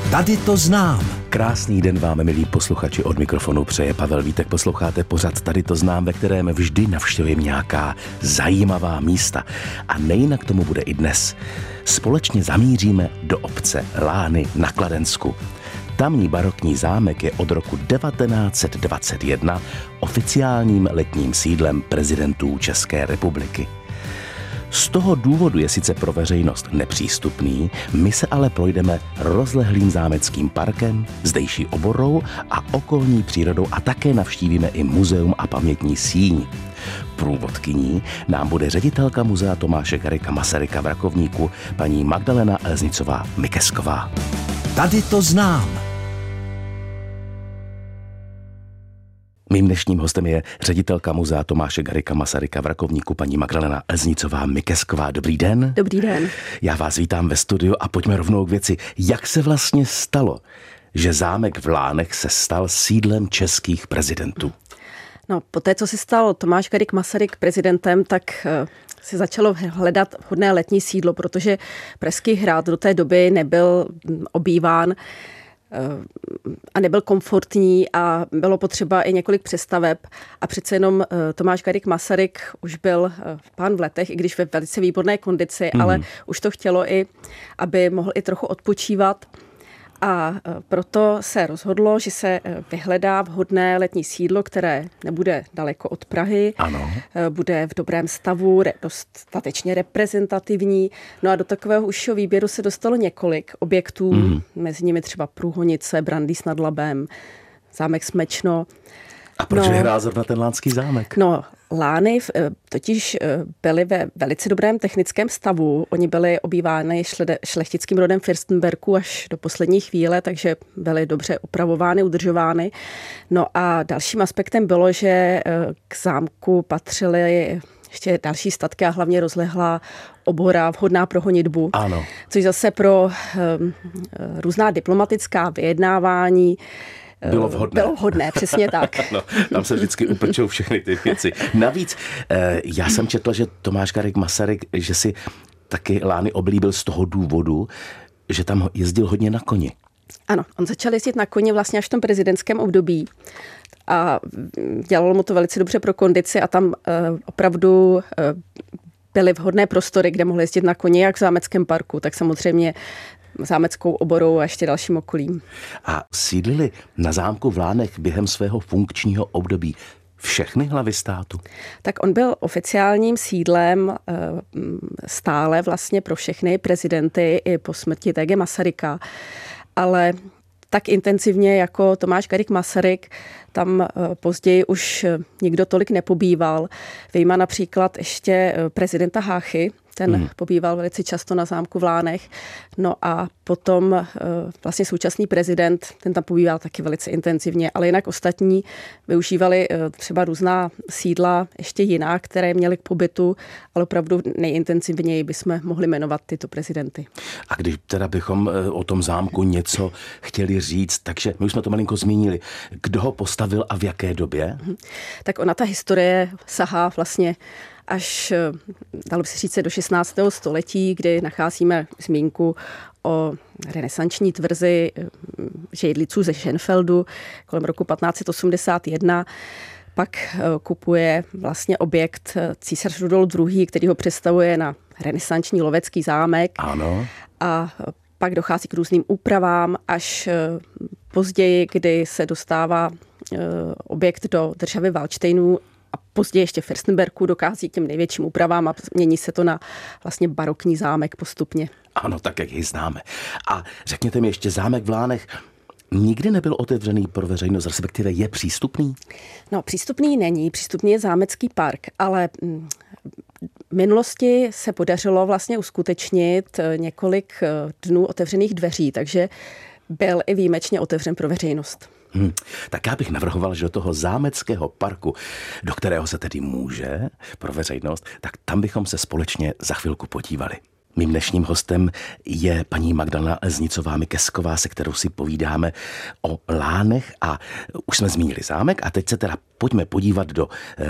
Tady to znám. Krásný den vám, milí posluchači, od mikrofonu přeje Pavel Vítek. Posloucháte pořad Tady to znám, ve kterém vždy navštěvím nějaká zajímavá místa. A nejinak tomu bude i dnes. Společně zamíříme do obce Lány na Kladensku. Tamní barokní zámek je od roku 1921 oficiálním letním sídlem prezidentů České republiky. Z toho důvodu je sice pro veřejnost nepřístupný, my se ale projdeme rozlehlým zámeckým parkem, zdejší oborou a okolní přírodou a také navštívíme i muzeum a pamětní síň. Průvodkyní nám bude ředitelka muzea Tomáše Garrigua Masaryka v Rakovníku, paní Magdalena Elznicová-Mikesková. Tady to znám. Mým dnešním hostem je ředitelka muzea Tomáše Garrigua Masaryka v Rakovníku, paní Magdalena Elznicová-Mikesková. Dobrý den. Dobrý den. Já vás vítám ve studiu a pojďme rovnou k věci. Jak se vlastně stalo, že zámek v Lánech se stal sídlem českých prezidentů? No, poté, co se stal Tomáš Garrigue Masaryk prezidentem, tak se začalo hledat vhodné letní sídlo, protože Pražský hrad do té doby nebyl obýván a nebyl komfortní a bylo potřeba i několik přestaveb a přece jenom Tomáš Garrigue Masaryk už byl pán v letech, i když ve velice výborné kondici, ale už to chtělo i, aby mohl i trochu odpočívat. A proto se rozhodlo, že se vyhledá vhodné letní sídlo, které nebude daleko od Prahy, Ano. Bude v dobrém stavu, dostatečně reprezentativní. No a do takového užšího výběru se dostalo několik objektů, mezi nimi třeba Průhonice, Brandýs nad Labem, zámek Smečno. A proč vyhrál zrovna ten lánský zámek? No, Lány totiž byly ve velice dobrém technickém stavu. Oni byli obývány šlechtickým rodem Fürstenbergů až do poslední chvíle, takže byly dobře upravovány, udržovány. No a dalším aspektem bylo, že k zámku patřily ještě další statky a hlavně rozlehlá obora vhodná pro honitbu. Ano. Což zase pro různá diplomatická vyjednávání Bylo vhodné, přesně tak. No, tam se vždycky upečou všechny ty věci. Navíc, já jsem četl, že Tomáš Garrigue Masaryk, že si taky Lány oblíbil z toho důvodu, že tam jezdil hodně na koni. Ano, on začal jezdit na koni vlastně až v tom prezidentském období a dělalo mu to velice dobře pro kondici a tam opravdu byly vhodné prostory, kde mohl jezdit na koni, jak v zámeckém parku, tak samozřejmě zámeckou oborou a ještě dalším okolím. A sídlili na zámku v Lánech během svého funkčního období všechny hlavy státu? Tak on byl oficiálním sídlem stále vlastně pro všechny prezidenty i po smrti T.G. Masaryka, ale tak intenzivně jako Tomáš Garrigue Masaryk tam později už nikdo tolik nepobýval. Vyjma například ještě prezidenta Háchy, ten pobýval velice často na zámku v Lánech. No a potom vlastně současný prezident, ten tam pobýval taky velice intenzivně, ale jinak ostatní využívali třeba různá sídla ještě jiná, které měly k pobytu, ale opravdu nejintenzivněji bychom mohli jmenovat tyto prezidenty. A když teda bychom o tom zámku něco chtěli říct, takže my už jsme to malinko zmínili, kdo ho postavil a v jaké době? Tak ona ta historie sahá vlastně až, dalo by se říct, do 16. století, kdy nacházíme zmínku o renesanční tvrzi žejdliců ze Schenfeldu kolem roku 1581. Pak kupuje vlastně objekt císař Rudolf II., který ho představuje na renesanční lovecký zámek. Ano. A pak dochází k různým úpravám až později, kdy se dostává objekt do državy Valdštejnů a později ještě Fürstenbergů dochází k těm největším úpravám a mění se to na vlastně barokní zámek postupně. Ano, tak jak ji známe. A řekněte mi ještě, zámek v Lánech nikdy nebyl otevřený pro veřejnost, respektive je přístupný? No, přístupný není, přístupný je zámecký park, ale v minulosti se podařilo vlastně uskutečnit několik dnů otevřených dveří, takže byl i výjimečně otevřen pro veřejnost. Tak já bych navrhoval, že do toho zámeckého parku, do kterého se tedy může pro veřejnost, tak tam bychom se společně za chvilku podívali. Mým dnešním hostem je paní Magdalena Elznicová-Mikesková, se kterou si povídáme o Lánech a už jsme zmínili zámek a teď se teda pojďme podívat do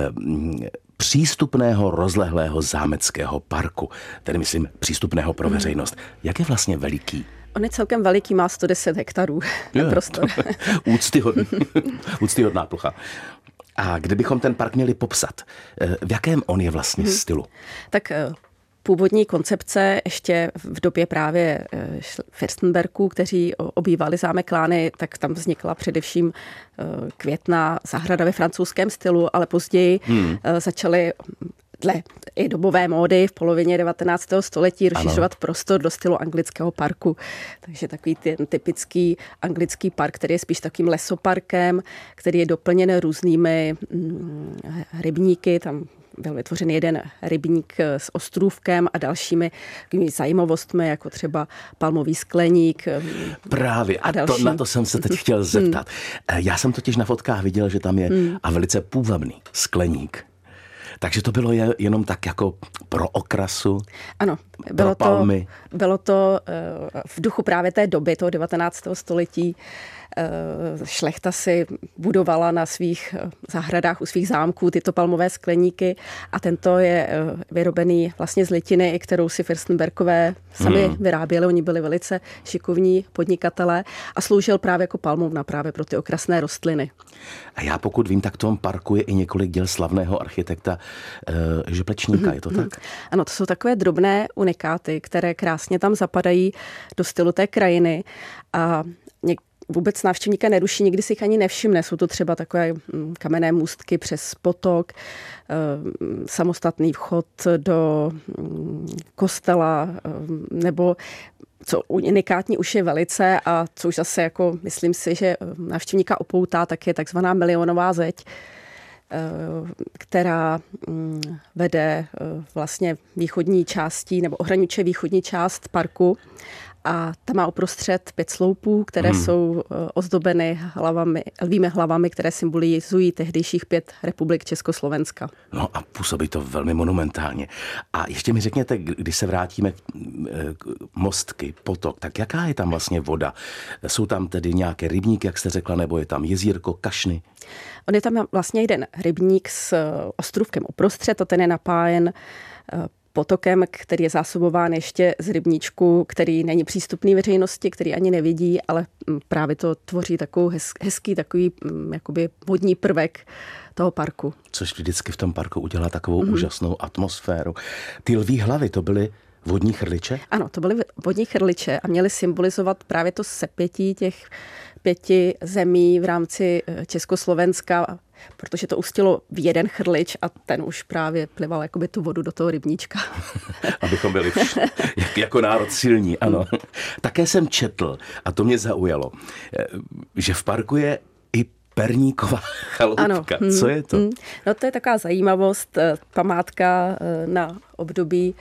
přístupného rozlehlého zámeckého parku, tedy myslím přístupného pro veřejnost. Jak je vlastně veliký? On je celkem veliký, má 110 hektarů prostor. Úctyhodná plocha. A kdybychom ten park měli popsat, v jakém on je vlastně stylu? Tak původní koncepce ještě v době právě Fürstenbergů, kteří obývali zámek Lány, tak tam vznikla především květná zahrada ve francouzském stylu, ale později začaly dle i dobové módy v polovině 19. století rozšiřovat prostor do stylu anglického parku. Takže takový ten typický anglický park, který je spíš takovým lesoparkem, který je doplněn různými rybníky. Tam byl vytvořen jeden rybník s ostrůvkem a dalšími zajímavostmi, jako třeba palmový skleník. Právě, a na to jsem se teď chtěl zeptat. Já jsem totiž na fotkách viděl, že tam je a velice půvabný skleník. Takže to bylo jenom tak jako pro okrasu, ano, bylo to v duchu právě té doby, toho 19. století. Šlechta si budovala na svých zahradách u svých zámků tyto palmové skleníky a tento je vyrobený vlastně z litiny, kterou si Fürstenbergové sami vyráběli. Oni byli velice šikovní podnikatelé a sloužil právě jako palmovna právě pro ty okrasné rostliny. A já pokud vím, tak v tom parku je i několik děl slavného architekta Žeplečníka, je to tak? Ano, to jsou takové drobné unikáty, které krásně tam zapadají do stylu té krajiny a vůbec návštěvníka neruší, nikdy si jich ani nevšimne. Jsou to třeba takové kamenné můstky přes potok, samostatný vchod do kostela, nebo co unikátní už je velice a co už zase jako myslím si, že návštěvníka opoutá, tak je takzvaná milionová zeď, která vede vlastně východní částí nebo ohraničuje východní část parku. A tam má uprostřed 5 sloupů, které jsou ozdobeny lvými hlavami, které symbolizují tehdejších 5 republik Československa. No a působí to velmi monumentálně. A ještě mi řekněte, když se vrátíme k mostky, potok, tak jaká je tam vlastně voda? Jsou tam tedy nějaké rybníky, jak jste řekla, nebo je tam jezírko, kašny? On je tam vlastně jeden rybník s ostrůvkem uprostřed, to ten je napájen potokem, který je zásobován ještě z rybníčku, který není přístupný veřejnosti, který ani nevidí, ale právě to tvoří takovou hezký takový jakoby vodní prvek toho parku. Což vždycky v tom parku udělá takovou úžasnou atmosféru. Ty lví hlavy, to byly vodní chrliče? Ano, to byly vodní chrliče a měly symbolizovat právě to sepětí těch 5 zemí v rámci Československa, protože to ustilo v jeden chrlič a ten už právě plival jakoby tu vodu do toho rybníčka. Abychom byli jako národ silní, ano. Také jsem četl, a to mě zaujalo, že v parku je i perníková chaloupka. Ano. Co je to? No to je taková zajímavost, památka na období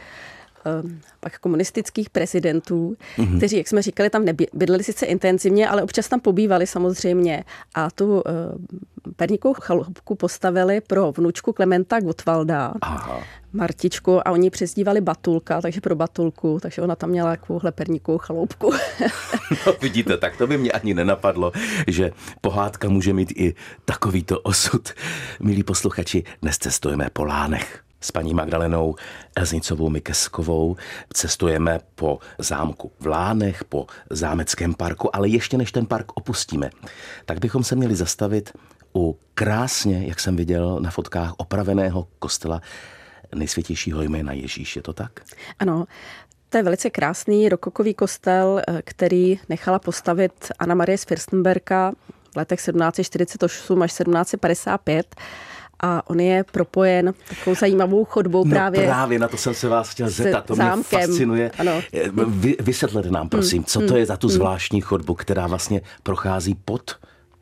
pak komunistických prezidentů, kteří, jak jsme říkali, tam bydleli sice intenzivně, ale občas tam pobývali samozřejmě. A tu perníkovou chaloupku postavili pro vnučku Klementa Gottwalda, Martičku, a oni přezdívali Batulka, takže pro Batulku, takže ona tam měla takovouhle perníkovou chaloupku. No vidíte, tak to by mě ani nenapadlo, že pohádka může mít i takovýto osud. Milí posluchači, dnes cestujeme po Lánech. S paní Magdalenou Elznicovou Mikeskovou cestujeme po zámku v Lánech, po zámeckém parku, ale ještě než ten park opustíme, tak bychom se měli zastavit u krásně, jak jsem viděl na fotkách, opraveného kostela Nejsvětějšího jména Ježíš. Je to tak? Ano. To je velice krásný rokokový kostel, který nechala postavit Anna Marie z Fürstenberga v letech 1748 až 1755. A on je propojen takovou zajímavou chodbou právě na to jsem se vás chtěl zeptat, to mě fascinuje. Ano. Vysvětlete nám, prosím, co to je za tu zvláštní chodbu, která vlastně prochází pod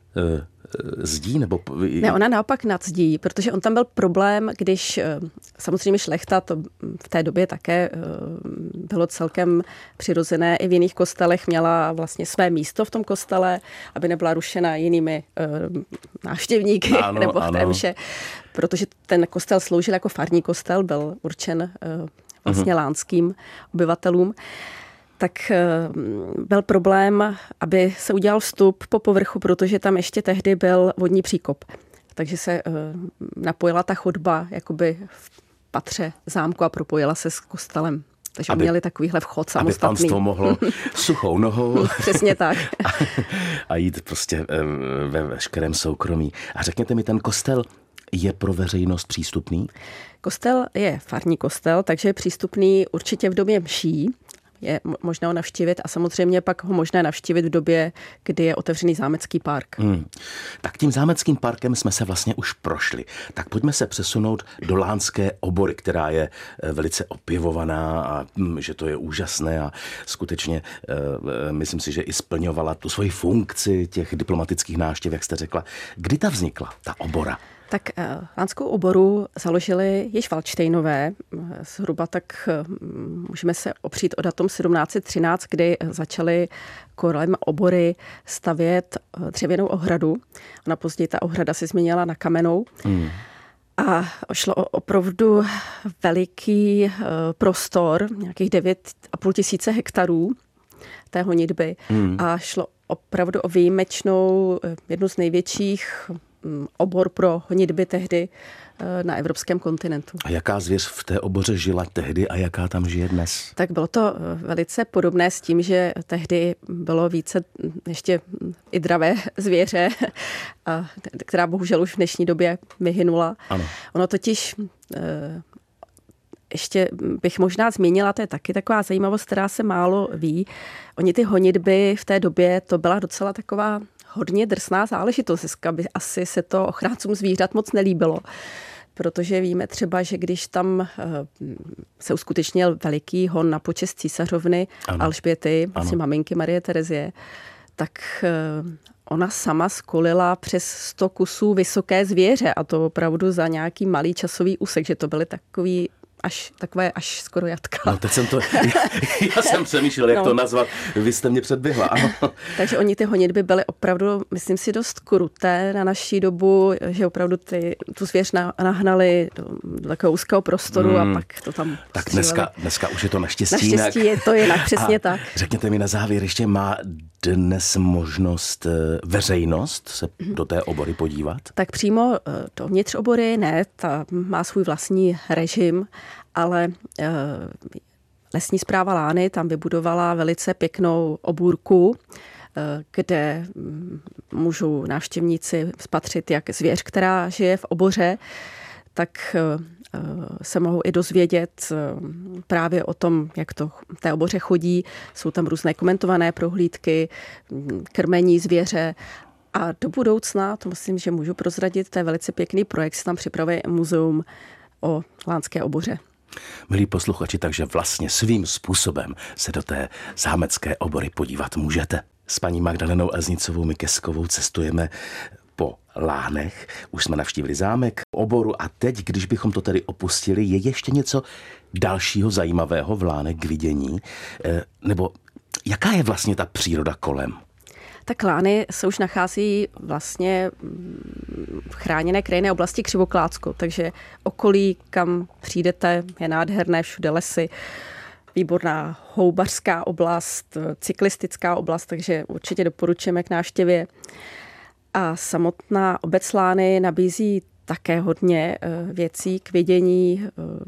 zdí? Nebo... Ne, ona naopak nad zdí, protože on tam byl problém, když samozřejmě šlechta, to v té době také bylo celkem přirozené, i v jiných kostelech měla vlastně své místo v tom kostele, aby nebyla rušena jinými návštěvníky nebo v té mše, protože ten kostel sloužil jako farní kostel, byl určen vlastně lánským obyvatelům. Tak byl problém, aby se udělal vstup po povrchu, protože tam ještě tehdy byl vodní příkop. Takže se napojila ta chodba jakoby v patře zámku a propojila se s kostelem. Takže měli takovýhle vchod samostatný. Aby panstvo mohlo suchou nohou. Přesně tak. A jít prostě ve veškerém soukromí. A řekněte mi, ten kostel je pro veřejnost přístupný? Kostel je farní kostel, takže je přístupný určitě v době mší. Je možné ho navštívit a samozřejmě pak ho možné navštívit v době, kdy je otevřený zámecký park. Tak tím zámeckým parkem jsme se vlastně už prošli. Tak pojďme se přesunout do Lánské Obory, která je velice opěvovaná a že to je úžasné a skutečně myslím si, že i splňovala tu svoji funkci těch diplomatických návštěv, jak jste řekla. Kdy ta vznikla, ta obora? Tak Lánskou Oboru založili již Valdštejnové, zhruba tak můžeme se opřít o datum 1713, kdy začali kolem obory stavět dřevěnou ohradu. Ona později ta ohrada se změnila na kamennou. A šlo o opravdu veliký prostor, nějakých 9,5 tisíce hektarů té honitby. A šlo opravdu o výjimečnou, jednu z největších obor pro honitby tehdy na evropském kontinentu. A jaká zvěř v té oboře žila tehdy a jaká tam žije dnes? Tak bylo to velice podobné s tím, že tehdy bylo více ještě i dravé zvěře, která bohužel už v dnešní době vyhynula. Ano. Ono totiž ještě bych možná zmínila, to je taky taková zajímavost, která se málo ví. Oni ty honitby v té době, to byla docela taková hodně drsná záležitost. Aby asi se to ochráncům zvířat moc nelíbilo. Protože víme třeba, že když tam se uskutečnil veliký hon na počest císařovny Alžběty, vlastně maminky Marie Terezie, tak ona sama skolila přes 100 kusů vysoké zvěře a to opravdu za nějaký malý časový úsek, že to byly takové až skoro jatka. No teď jsem to, já jsem přemýšlel, jak to nazvat, vy jste mě předběhla, ano. Takže oni ty honitby byly opravdu, myslím si, dost kruté na naší dobu, že opravdu tu zvěř nahnali do takového úzkého prostoru a pak to tam tak dneska už je to naštěstí. Naštěstí je to jinak, přesně tak. Řekněte mi na závěr, ještě má dnes možnost veřejnost se do té obory podívat? Tak přímo dovnitř obory ne, ta má svůj vlastní režim, ale lesní správa Lány tam vybudovala velice pěknou obůrku, kde můžou návštěvníci spatřit jak zvěř, která žije v oboře, tak se mohou i dozvědět právě o tom, jak to v té oboře chodí. Jsou tam různé komentované prohlídky, krmení zvěře. A do budoucna, to myslím, že můžu prozradit, to je velice pěkný projekt, se tam připravuje muzeum o Lánské Oboře. Milí posluchači, takže vlastně svým způsobem se do té zámecké obory podívat můžete. S paní Magdalenou Elznicovou Mikeskovou cestujeme po Lánech. Už jsme navštívili zámek, oboru a teď, když bychom to tedy opustili, je ještě něco dalšího zajímavého v Lánech k vidění? Nebo jaká je vlastně ta příroda kolem? Tak Lány se už nachází vlastně v chráněné krajinné oblasti Křivoklátsko, takže okolí, kam přijdete, je nádherné, všude lesy, výborná houbařská oblast, cyklistická oblast, takže určitě doporučujeme k návštěvě. A samotná obec Lány nabízí také hodně věcí k vidění.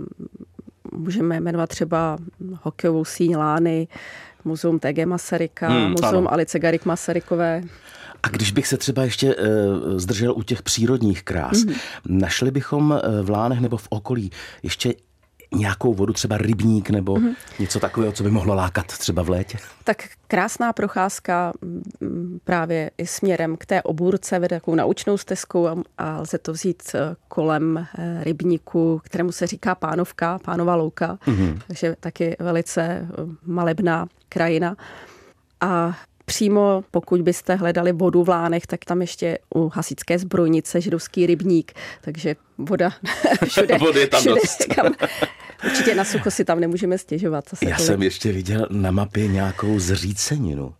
Můžeme jmenovat třeba hokejovou síň Lány, muzeum T.G. Masaryka, muzeum Alice Garrigue Masarykové. A když bych se třeba ještě zdržel u těch přírodních krás, našli bychom v Lánech nebo v okolí ještě nějakou vodu, třeba rybník nebo něco takového, co by mohlo lákat třeba v létě? Tak krásná procházka právě i směrem k té obůrce vede takovou naučnou stezkou a lze to vzít kolem rybníku, kterému se říká Pánovka, Pánova louka, takže taky velice malebná krajina. A přímo, pokud byste hledali vodu v Lánech, tak tam ještě u hasičské zbrojnice židovský rybník, takže voda všude. Vody je tam všude, dost. Určitě na sucho si tam nemůžeme stěžovat. Já jsem ještě viděl na mapě nějakou zříceninu.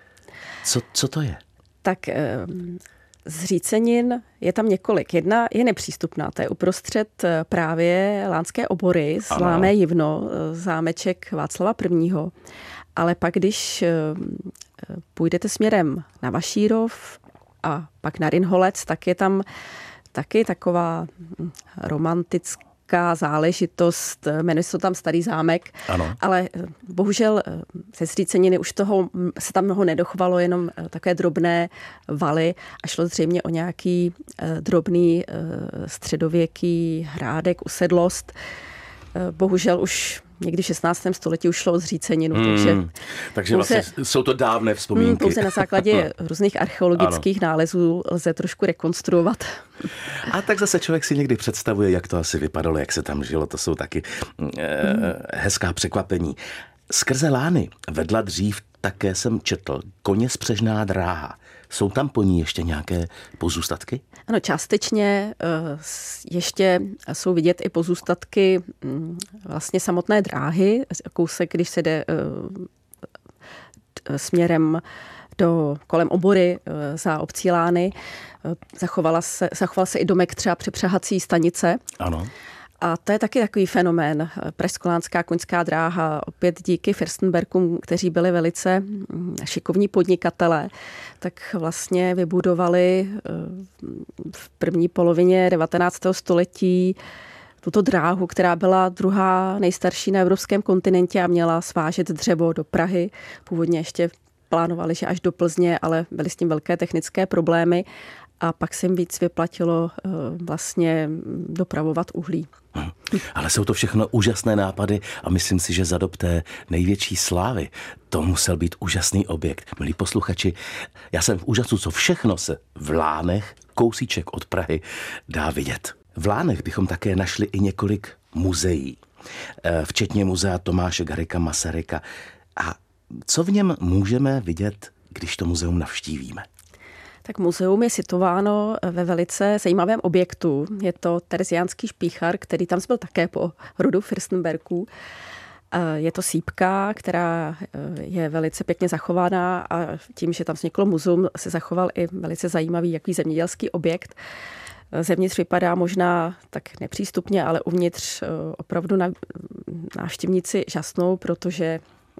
Co to je? Tak zřícenin je tam několik. Jedna je nepřístupná, to je uprostřed právě Lánské Obory, Zlámé Jivno, zámeček Václava I. Ale pak, když půjdete směrem na Vašírov a pak na Rynholec, tak je tam taky taková romantická historická záležitost, jmenuje se to tam Starý zámek, ano. Ale bohužel ze Zříceniny už toho se tam mnoho nedochovalo, jenom takové drobné valy a šlo zřejmě o nějaký drobný středověký hrádek, usedlost. Bohužel už někdy v 16. století už šlo o Zříceninu, takže vlastně jsou to dávné vzpomínky. Pouze na základě různých archeologických nálezů lze trošku rekonstruovat. A tak zase člověk si někdy představuje, jak to asi vypadalo, jak se tam žilo, to jsou taky hezká překvapení. Skrze lány vedla dřív, také jsem četl, koněspřežná dráha. Jsou tam po ní ještě nějaké pozůstatky? Ano, částečně ještě jsou vidět i pozůstatky vlastně samotné dráhy. Kousek, když se jde směrem kolem Obory za obcí Lány, zachoval se i domek třeba přepřahací stanice. Ano. A to je taky takový fenomén. Pražskolánská koňská dráha, opět díky Fürstenbergům, kteří byli velice šikovní podnikatelé, tak vlastně vybudovali v první polovině 19. století tuto dráhu, která byla druhá nejstarší na evropském kontinentě a měla svážet dřevo do Prahy. Původně ještě plánovali, že až do Plzně, ale byly s tím velké technické problémy. A pak se jim víc vyplatilo vlastně dopravovat uhlí. Ale jsou to všechno úžasné nápady a myslím si, že za dob té největší slávy to musel být úžasný objekt. Milí posluchači, já jsem v úžasu, co všechno se v Lánech, kousíček od Prahy, dá vidět. V Lánech bychom také našli i několik muzeí, včetně muzea Tomáše Garrigua Masaryka. A co v něm můžeme vidět, když to muzeum navštívíme? Tak muzeum je situováno ve velice zajímavém objektu. Je to Terziánský špíchar, který tam byl také po rodu Fürstenbergů. Je to sýpka, která je velice pěkně zachovaná a tím, že tam vzniklo muzeum, se zachoval i velice zajímavý jaký zemědělský objekt. Zevnitř vypadá možná tak nepřístupně, ale uvnitř opravdu návštěvníci žasnou, protože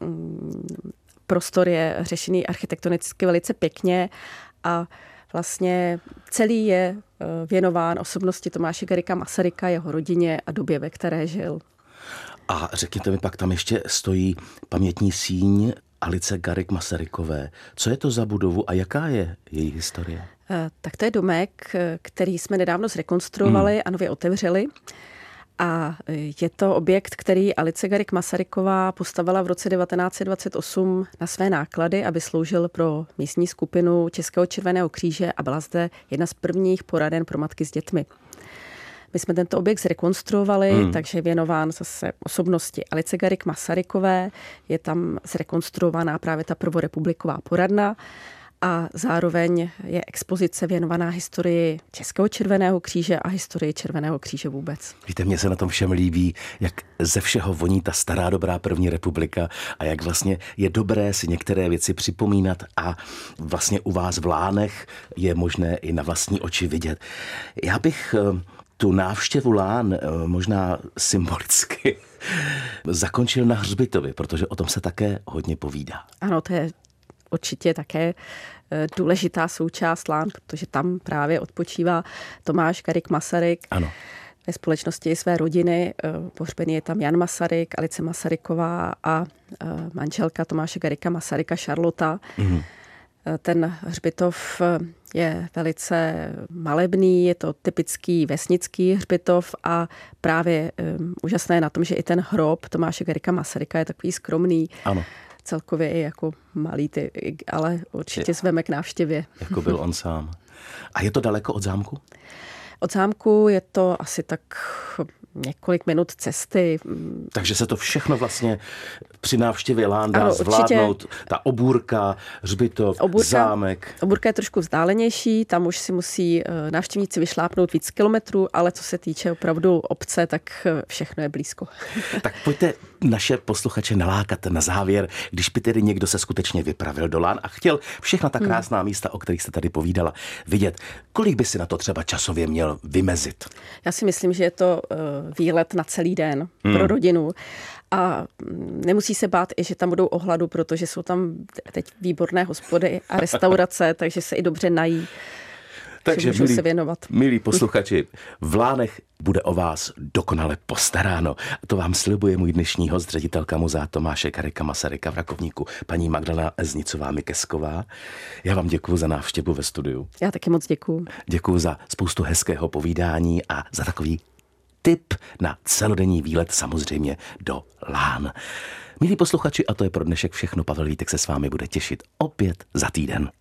prostor je řešený architektonicky velice pěkně a vlastně celý je věnován osobnosti Tomáše Garrigua Masaryka, jeho rodině a době, ve které žil. A řekněte mi, pak tam ještě stojí pamětní síň Alice Garrigue Masarykové. Co je to za budovu a jaká je její historie? Tak to je domek, který jsme nedávno zrekonstruovali a nově otevřeli. A je to objekt, který Alice Garrigue Masaryková postavila v roce 1928 na své náklady, aby sloužil pro místní skupinu Českého červeného kříže a byla zde jedna z prvních poraden pro matky s dětmi. My jsme tento objekt zrekonstruovali, takže je věnován zase osobnosti Alice Garrigue Masarykové. Je tam zrekonstruovaná právě ta prvorepubliková poradna a zároveň je expozice věnovaná historii Českého červeného kříže a historii Červeného kříže vůbec. Víte, mně se na tom všem líbí, jak ze všeho voní ta stará dobrá první republika a jak vlastně je dobré si některé věci připomínat a vlastně u vás v Lánech je možné i na vlastní oči vidět. Já bych tu návštěvu Lán možná symbolicky zakončil na hřbitově, protože o tom se také hodně povídá. Ano, to je určitě také důležitá součást Lán, protože tam právě odpočívá Tomáš Garrigue Masaryk. Ano. Ve společnosti své rodiny. Pohřbený je tam Jan Masaryk, Alice Masaryková a manželka Tomáše Garrigua Masaryka Charlotta. Ten hřbitov je velice malebný, je to typický vesnický hřbitov a právě úžasné je na tom, že i ten hrob Tomáše Garrigua Masaryka je takový skromný. Ano. Celkově i jako malý, ale určitě zveme k návštěvě. Jako byl on sám. A je to daleko od zámku? Od zámku je to asi tak několik minut cesty. Takže se to všechno při návštěvě Lán dá zvládnout. Ta obůrka, hřbitov, zámek. Obůrka je trošku vzdálenější, tam už si musí návštěvníci vyšlápnout víc kilometrů, ale co se týče opravdu obce, tak všechno je blízko. Tak pojďte naše posluchače nalákat na závěr, když by tedy někdo se skutečně vypravil do Lán a chtěl všechna ta krásná místa, o kterých jste tady povídala, vidět. Kolik by si na to třeba časově měl vymezit? Já si myslím, že je to výlet na celý den pro rodinu. A nemusí se bát i, že tam budou ohladu, protože jsou tam teď výborné hospody a restaurace, takže se i dobře nají. Takže můžu se věnovat. Milí posluchači, v Lánech bude o vás dokonale postaráno. To vám slibuje můj dnešní host, ředitelka muzea Tomáše Garrigua Masaryka v Rakovníku, paní Magdalena Znicová-Mikesková. Já vám děkuji za návštěvu ve studiu. Já taky moc děkuji. Děkuji za spoustu hezkého povídání a za takový tip na celodenní výlet samozřejmě do Lán. Milí posluchači, a to je pro dnešek všechno. Pavel Vítek se s vámi bude těšit opět za týden.